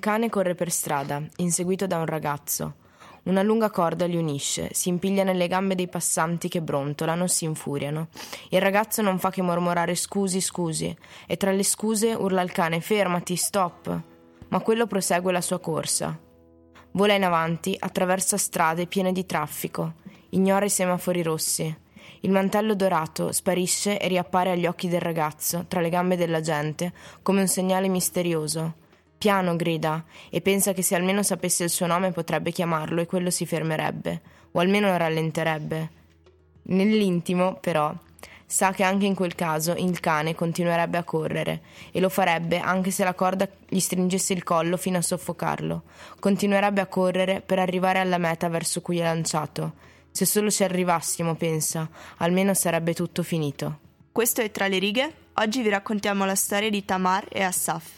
cane corre per strada, inseguito da un ragazzo. Una lunga corda li unisce, si impiglia nelle gambe dei passanti che brontolano, si infuriano. Il ragazzo non fa che mormorare scusi, scusi, e tra le scuse urla al cane fermati, stop. Ma quello prosegue la sua corsa. Vola in avanti, attraversa strade piene di traffico, ignora i semafori rossi. Il mantello dorato sparisce e riappare agli occhi del ragazzo, tra le gambe della gente, come un segnale misterioso. Piano, grida, e pensa che se almeno sapesse il suo nome potrebbe chiamarlo e quello si fermerebbe, o almeno rallenterebbe. Nell'intimo, però, sa che anche in quel caso il cane continuerebbe a correre, e lo farebbe anche se la corda gli stringesse il collo fino a soffocarlo. Continuerebbe a correre per arrivare alla meta verso cui è lanciato. Se solo ci arrivassimo, pensa, almeno sarebbe tutto finito. Questo è Tra le righe. Oggi vi raccontiamo la storia di Tamar e Asaf.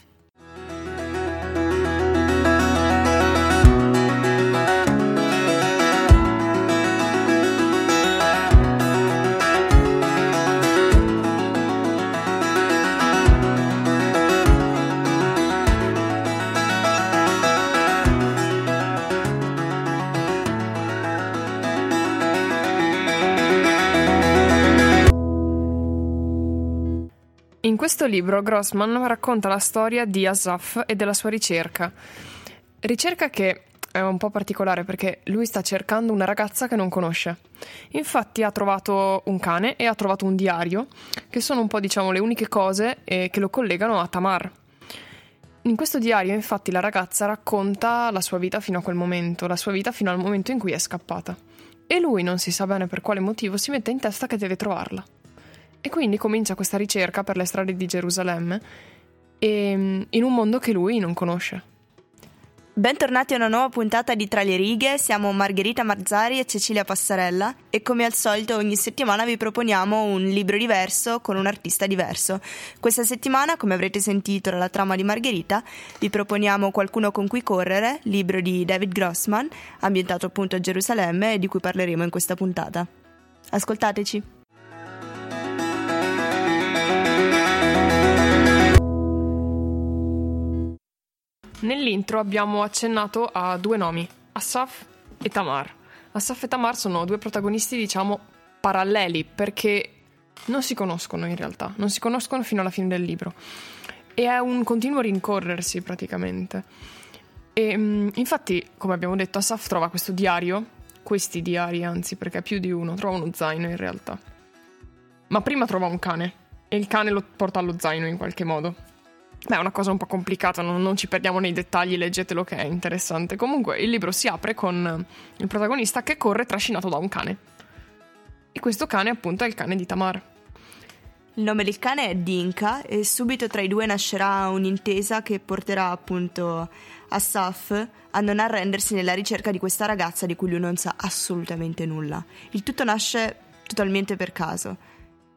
In questo libro Grossman racconta la storia di Asaf e della sua ricerca che è un po' particolare perché lui sta cercando una ragazza che non conosce. Infatti ha trovato un cane e ha trovato un diario, che sono un po' le uniche cose che lo collegano a Tamar. In questo diario infatti la ragazza racconta la sua vita fino a quel momento, la sua vita fino al momento in cui è scappata. E lui, non si sa bene per quale motivo, si mette in testa che deve trovarla. E quindi comincia questa ricerca per le strade di Gerusalemme in un mondo che lui non conosce. Bentornati a una nuova puntata di Tra le righe, siamo Margherita Marzari e Cecilia Passarella e come al solito ogni settimana vi proponiamo un libro diverso con un artista diverso. Questa settimana, come avrete sentito dalla trama di Margherita, vi proponiamo Qualcuno con cui correre, libro di David Grossman, ambientato appunto a Gerusalemme e di cui parleremo in questa puntata. Ascoltateci! Nell'intro abbiamo accennato a due nomi, Asaf e Tamar. Asaf e Tamar sono due protagonisti, paralleli, perché non si conoscono in realtà, non si conoscono fino alla fine del libro. E è un continuo rincorrersi praticamente. E infatti, come abbiamo detto, Asaf trova questi diari anzi, perché è più di uno, trova uno zaino in realtà. Ma prima trova un cane, e il cane lo porta allo zaino in qualche modo. Beh, è una cosa un po' complicata, non ci perdiamo nei dettagli, leggetelo che è interessante. Comunque il libro si apre con il protagonista che corre trascinato da un cane. E questo cane appunto è il cane di Tamar. Il nome del cane è Dinka e subito tra i due nascerà un'intesa che porterà appunto Asaf a non arrendersi nella ricerca di questa ragazza di cui lui non sa assolutamente nulla. Il tutto nasce totalmente per caso.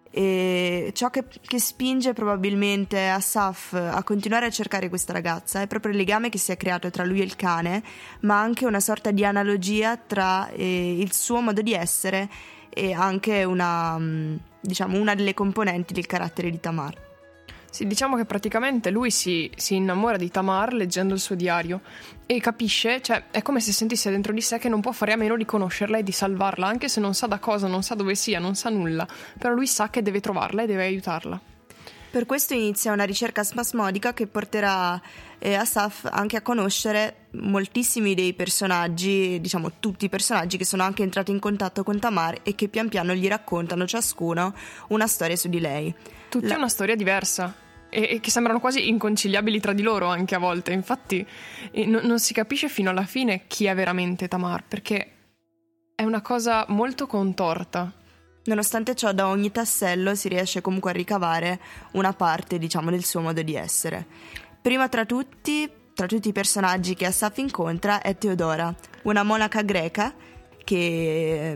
E ciò che spinge probabilmente Asaf a continuare a cercare questa ragazza è proprio il legame che si è creato tra lui e il cane, ma anche una sorta di analogia tra il suo modo di essere e anche una delle componenti del carattere di Tamar. Sì, diciamo che praticamente lui si innamora di Tamar leggendo il suo diario e capisce, è come se sentisse dentro di sé che non può fare a meno di conoscerla e di salvarla, anche se non sa da cosa, non sa dove sia, non sa nulla, però lui sa che deve trovarla e deve aiutarla. Per questo inizia una ricerca spasmodica che porterà Asaf anche a conoscere moltissimi dei personaggi, tutti i personaggi che sono anche entrati in contatto con Tamar e che pian piano gli raccontano ciascuno una storia su di lei. Tutti una storia diversa e che sembrano quasi inconciliabili tra di loro anche a volte. Infatti non si capisce fino alla fine chi è veramente Tamar, perché è una cosa molto contorta. Nonostante ciò, da ogni tassello si riesce comunque a ricavare una parte, del suo modo di essere. Prima tra tutti i personaggi che Asaf incontra è Teodora, una monaca greca che,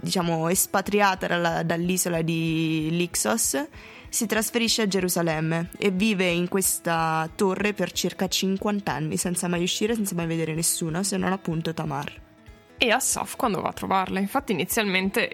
espatriata dall'isola di Lixos, si trasferisce a Gerusalemme e vive in questa torre per circa 50 anni, senza mai uscire, senza mai vedere nessuno, se non appunto Tamar. E Asaf quando va a trovarla. Infatti inizialmente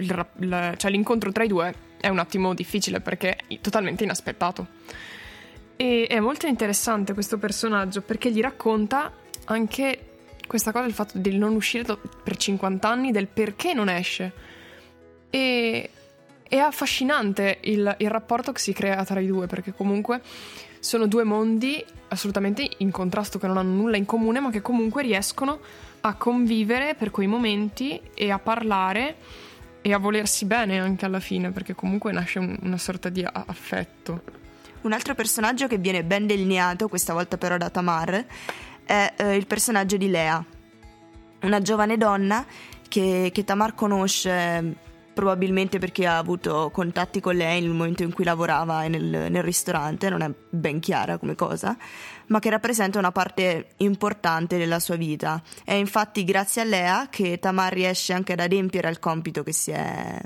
l'incontro tra i due è un attimo difficile perché è totalmente inaspettato. E è molto interessante questo personaggio perché gli racconta anche questa cosa, del fatto di non uscire per 50 anni, del perché non esce. E è affascinante il rapporto che si crea tra i due, perché comunque sono due mondi assolutamente in contrasto, che non hanno nulla in comune, ma che comunque riescono a convivere per quei momenti e a parlare e a volersi bene anche alla fine, perché comunque nasce una sorta di affetto. Un altro personaggio che viene ben delineato, questa volta però da Tamar, è il personaggio di Lea, una giovane donna che Tamar conosce probabilmente perché ha avuto contatti con lei nel momento in cui lavorava nel ristorante, non è ben chiara come cosa, ma che rappresenta una parte importante della sua vita. È infatti grazie a Lea che Tamar riesce anche ad adempiere al compito che si è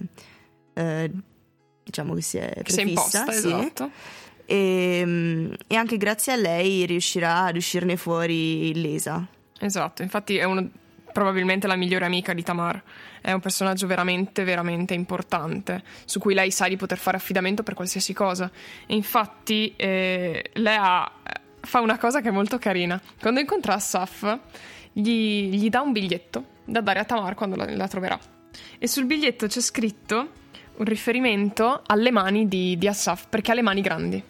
prefissa, imposta, sì. esatto. E anche grazie a lei riuscirà ad uscirne fuori illesa. Esatto, infatti è probabilmente la migliore amica di Tamar. È un personaggio veramente, veramente importante, su cui lei sa di poter fare affidamento per qualsiasi cosa. E infatti Lea fa una cosa che è molto carina. Quando incontra Asaf, gli dà un biglietto da dare a Tamar quando la troverà. E sul biglietto c'è scritto un riferimento alle mani di Asaf, perché ha le mani grandi.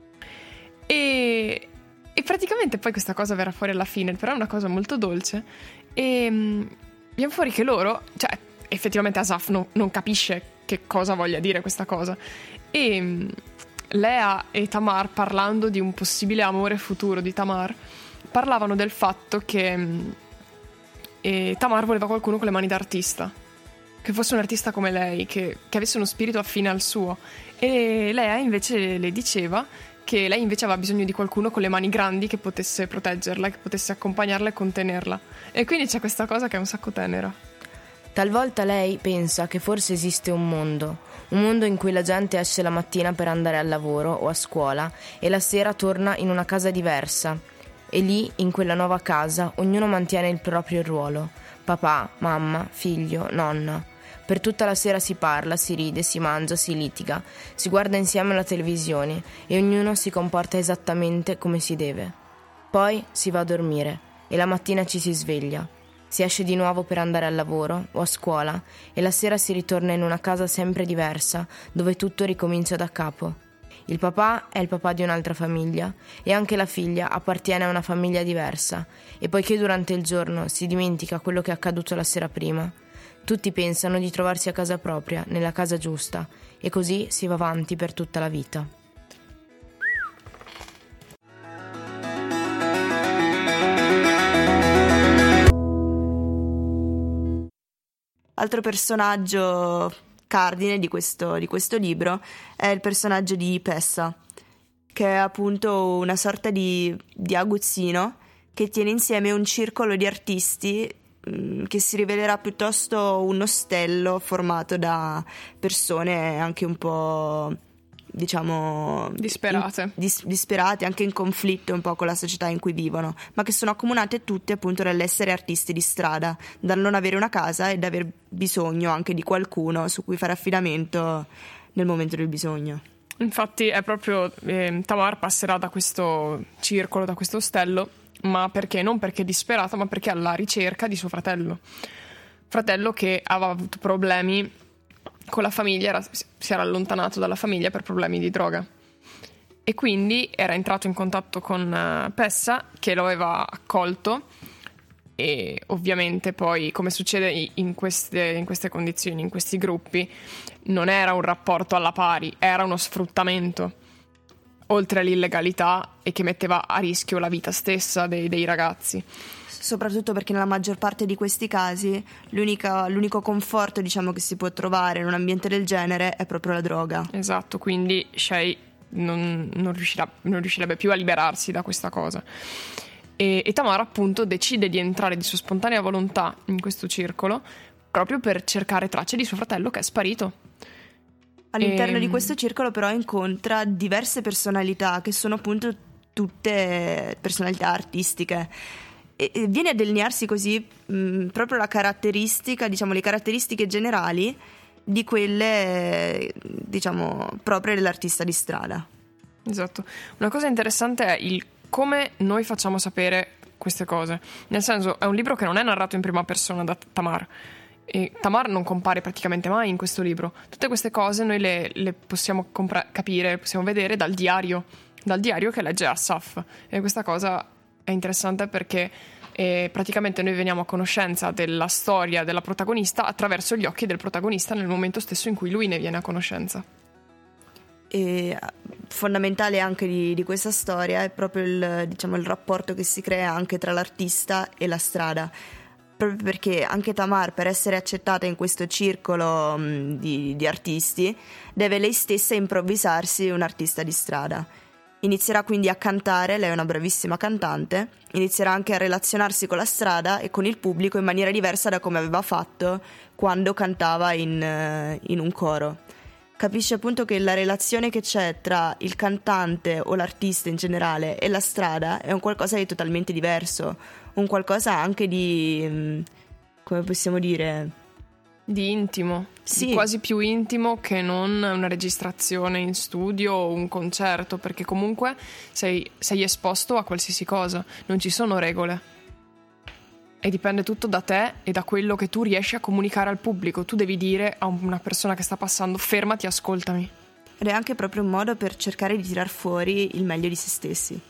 E praticamente poi questa cosa verrà fuori alla fine, però è una cosa molto dolce. E viene fuori che loro, cioè effettivamente Asaf non capisce che cosa voglia dire questa cosa. E Lea e Tamar, parlando di un possibile amore futuro di Tamar, parlavano del fatto che Tamar voleva qualcuno con le mani d'artista, che fosse un artista come lei, che avesse uno spirito affine al suo. E Lea invece le diceva che lei invece aveva bisogno di qualcuno con le mani grandi che potesse proteggerla, che potesse accompagnarla e contenerla. E quindi c'è questa cosa che è un sacco tenera. Talvolta lei pensa che forse esiste un mondo in cui la gente esce la mattina per andare al lavoro o a scuola e la sera torna in una casa diversa. E lì, in quella nuova casa, ognuno mantiene il proprio ruolo: papà, mamma, figlio, nonna. Per tutta la sera si parla, si ride, si mangia, si litiga, si guarda insieme alla televisione e ognuno si comporta esattamente come si deve. Poi si va a dormire e la mattina ci si sveglia. Si esce di nuovo per andare al lavoro o a scuola e la sera si ritorna in una casa sempre diversa, dove tutto ricomincia da capo. Il papà è il papà di un'altra famiglia e anche la figlia appartiene a una famiglia diversa, e poiché durante il giorno si dimentica quello che è accaduto la sera prima, tutti pensano di trovarsi a casa propria, nella casa giusta, e così si va avanti per tutta la vita. Altro personaggio cardine di questo libro è il personaggio di Pessa, che è appunto una sorta di aguzzino che tiene insieme un circolo di artisti che si rivelerà piuttosto un ostello formato da persone anche un po', diciamo, disperate, disperate, anche in conflitto un po' con la società in cui vivono, ma che sono accomunate tutte appunto dall'essere artisti di strada, dal non avere una casa e da aver bisogno anche di qualcuno su cui fare affidamento nel momento del bisogno. Infatti è proprio Tamar passerà da questo circolo, da questo ostello, ma perché? Non perché è disperata, ma perché è alla ricerca di suo fratello che aveva avuto problemi con la famiglia, si era allontanato dalla famiglia per problemi di droga, e quindi era entrato in contatto con Pessa, che lo aveva accolto. E ovviamente poi, come succede in queste condizioni, in questi gruppi, non era un rapporto alla pari, era uno sfruttamento oltre all'illegalità, e che metteva a rischio la vita stessa dei ragazzi. Soprattutto perché nella maggior parte di questi casi l'unico conforto, diciamo, che si può trovare in un ambiente del genere è proprio la droga. Esatto, quindi Shay non riuscirebbe più a liberarsi da questa cosa. E Tamar appunto decide di entrare di sua spontanea volontà in questo circolo proprio per cercare tracce di suo fratello che è sparito. All'interno di questo circolo però incontra diverse personalità che sono appunto tutte personalità artistiche, e viene a delinearsi così proprio la caratteristica, diciamo, le caratteristiche generali di quelle, diciamo, proprie dell'artista di strada. Esatto. Una cosa interessante è il come noi facciamo sapere queste cose. Nel senso, è un libro che non è narrato in prima persona da Tamar. E Tamar non compare praticamente mai in questo libro. Tutte queste cose noi le possiamo capire, possiamo vedere dal diario che legge Asaf. E questa cosa è interessante perché praticamente noi veniamo a conoscenza della storia della protagonista attraverso gli occhi del protagonista nel momento stesso in cui lui ne viene a conoscenza. E fondamentale anche di questa storia è proprio il rapporto che si crea anche tra l'artista e la strada, proprio perché anche Tamar, per essere accettata in questo circolo di artisti, deve lei stessa improvvisarsi un artista di strada. Inizierà quindi a cantare, lei è una bravissima cantante, inizierà anche a relazionarsi con la strada e con il pubblico in maniera diversa da come aveva fatto quando cantava in un coro. Capisce appunto che la relazione che c'è tra il cantante o l'artista in generale e la strada è un qualcosa di totalmente diverso, un qualcosa anche di, come possiamo dire, di intimo, sì. Di quasi più intimo che non una registrazione in studio o un concerto, perché comunque sei esposto a qualsiasi cosa, non ci sono regole. E dipende tutto da te e da quello che tu riesci a comunicare al pubblico. Tu devi dire a una persona che sta passando: fermati, ascoltami. Ed è anche proprio un modo per cercare di tirar fuori il meglio di se stessi.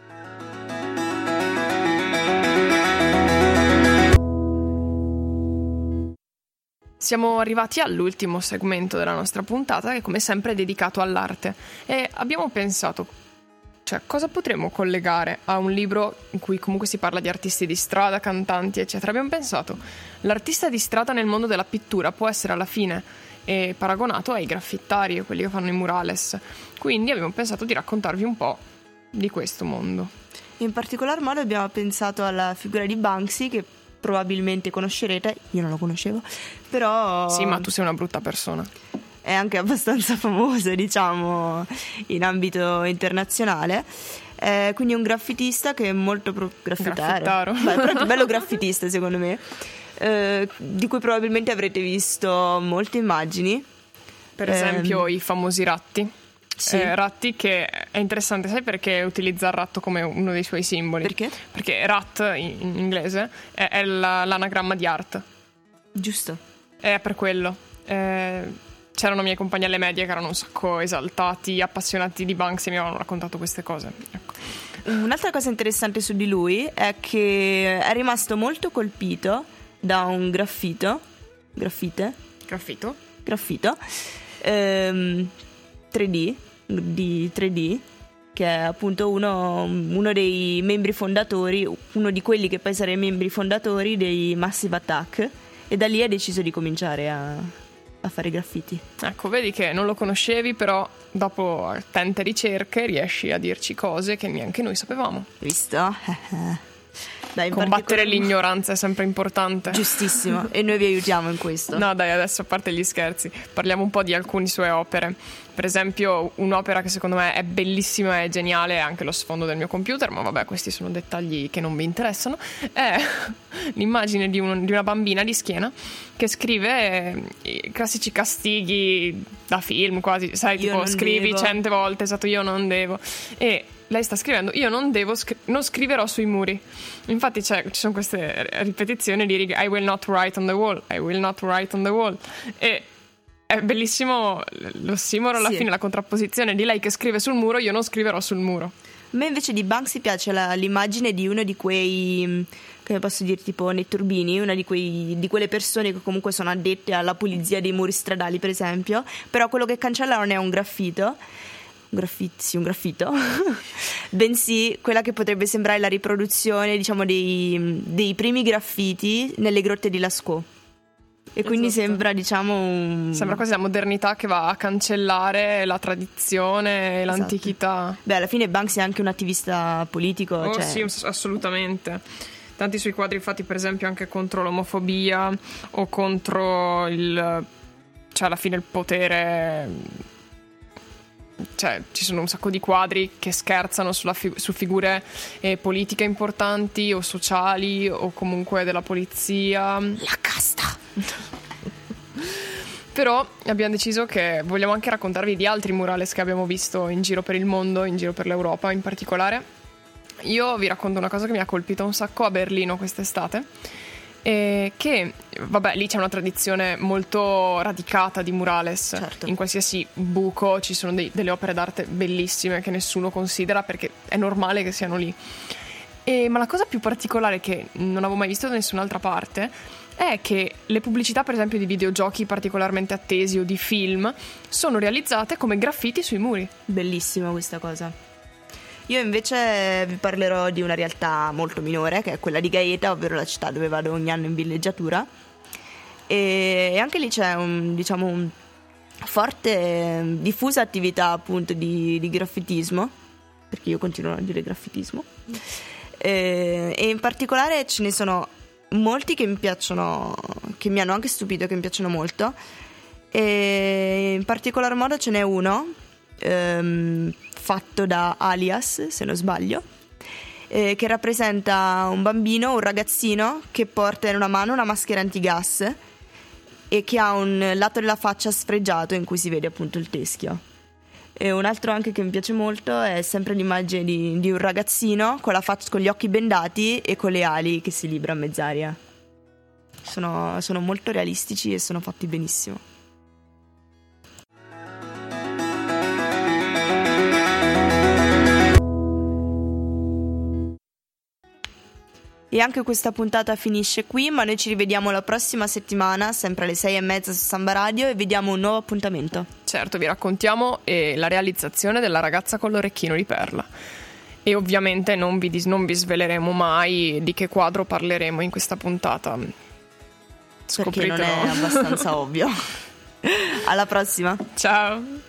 Siamo arrivati all'ultimo segmento della nostra puntata, che come sempre è dedicato all'arte. E abbiamo pensato, cosa potremmo collegare a un libro in cui comunque si parla di artisti di strada, cantanti, eccetera. Abbiamo pensato, l'artista di strada nel mondo della pittura può essere alla fine paragonato ai graffittari, quelli che fanno i murales. Quindi abbiamo pensato di raccontarvi un po' di questo mondo. In particolar modo abbiamo pensato alla figura di Banksy, che probabilmente conoscerete, io non lo conoscevo, però... Sì, ma tu sei una brutta persona. È anche abbastanza famoso, diciamo, in ambito internazionale. Quindi un graffitista che è molto graffitaro. Beh, è proprio bello graffitista, secondo me. Di cui probabilmente avrete visto molte immagini. Per esempio i famosi ratti. Sì. Ratti, che è interessante, sai perché utilizza il ratto come uno dei suoi simboli? Perché? Perché rat in inglese è l'anagramma di art. Giusto. È per quello. C'erano miei compagni alle medie che erano un sacco esaltati, appassionati di Banksy e mi avevano raccontato queste cose. Ecco. Un'altra cosa interessante su di lui è che è rimasto molto colpito da un graffito 3D, di 3D, che è appunto uno dei membri fondatori, uno di quelli che poi saranno i membri fondatori dei Massive Attack, e da lì ha deciso di cominciare a fare graffiti. Ecco, vedi che non lo conoscevi, però dopo tante ricerche riesci a dirci cose che neanche noi sapevamo. Visto? Dai, combattere l'ignoranza è sempre importante. Giustissimo, e noi vi aiutiamo in questo. No dai, adesso a parte gli scherzi, parliamo un po' di alcune sue opere. Per esempio un'opera che secondo me è bellissima e geniale, è anche lo sfondo del mio computer, ma vabbè, questi sono dettagli che non vi interessano. È l'immagine di una bambina di schiena che scrive i classici castighi da film quasi, sai, tipo scrivi 100 volte, esatto, io non devo. E lei sta scrivendo: io non devo, non scriverò sui muri. Infatti ci sono queste ripetizioni di righe: I will not write on the wall, I will not write on the wall. E è bellissimo l'ossimoro alla fine, la contrapposizione di lei che scrive sul muro, io non scriverò sul muro. A me invece di Banksy piace l'immagine di uno di quei, come posso dire, tipo nei turbini, una di quelle persone che comunque sono addette alla pulizia dei muri stradali, per esempio, però quello che cancella non è un graffito, un graffito bensì quella che potrebbe sembrare la riproduzione, diciamo, dei primi graffiti nelle grotte di Lascaux. E quindi esatto. sembra, diciamo, sembra quasi la modernità che va a cancellare la tradizione, esatto. L'antichità. Beh, alla fine Banksy è anche un attivista politico. Oh sì, assolutamente. Tanti suoi quadri fatti per esempio anche contro l'omofobia o contro alla fine il potere. Cioè, ci sono un sacco di quadri che scherzano su figure politiche importanti o sociali o comunque della polizia. La casta. Però abbiamo deciso che vogliamo anche raccontarvi di altri murales che abbiamo visto in giro per il mondo, in giro per l'Europa in particolare. Io vi racconto una cosa che mi ha colpito un sacco a Berlino quest'estate, che, vabbè, lì c'è una tradizione molto radicata di murales. Certo. In qualsiasi buco ci sono delle opere d'arte bellissime che nessuno considera perché è normale che siano lì. Ma la cosa più particolare che non avevo mai visto da nessun'altra parte è che le pubblicità, per esempio, di videogiochi particolarmente attesi o di film sono realizzate come graffiti sui muri. Bellissima questa cosa. Io invece vi parlerò di una realtà molto minore, che è quella di Gaeta, ovvero la città dove vado ogni anno in villeggiatura. E anche lì c'è un forte diffusa attività appunto di graffitismo, perché io continuo a dire graffitismo. E in particolare ce ne sono molti che mi piacciono, che mi hanno anche stupito e che mi piacciono molto. E in particolar modo ce n'è uno fatto da Alias, se non sbaglio, che rappresenta un bambino, un ragazzino che porta in una mano una maschera antigas e che ha un lato della faccia sfregiato in cui si vede appunto il teschio. E un altro anche che mi piace molto è sempre l'immagine di un ragazzino con gli occhi bendati e con le ali che si libra a mezz'aria. Sono molto realistici e sono fatti benissimo. E anche questa puntata finisce qui, ma noi ci rivediamo la prossima settimana, sempre alle 6:30 su Samba Radio, e vediamo un nuovo appuntamento. Certo, vi raccontiamo la realizzazione della ragazza con l'orecchino di perla. E ovviamente non vi sveleremo mai di che quadro parleremo in questa puntata. Perché non è abbastanza ovvio. Alla prossima. Ciao.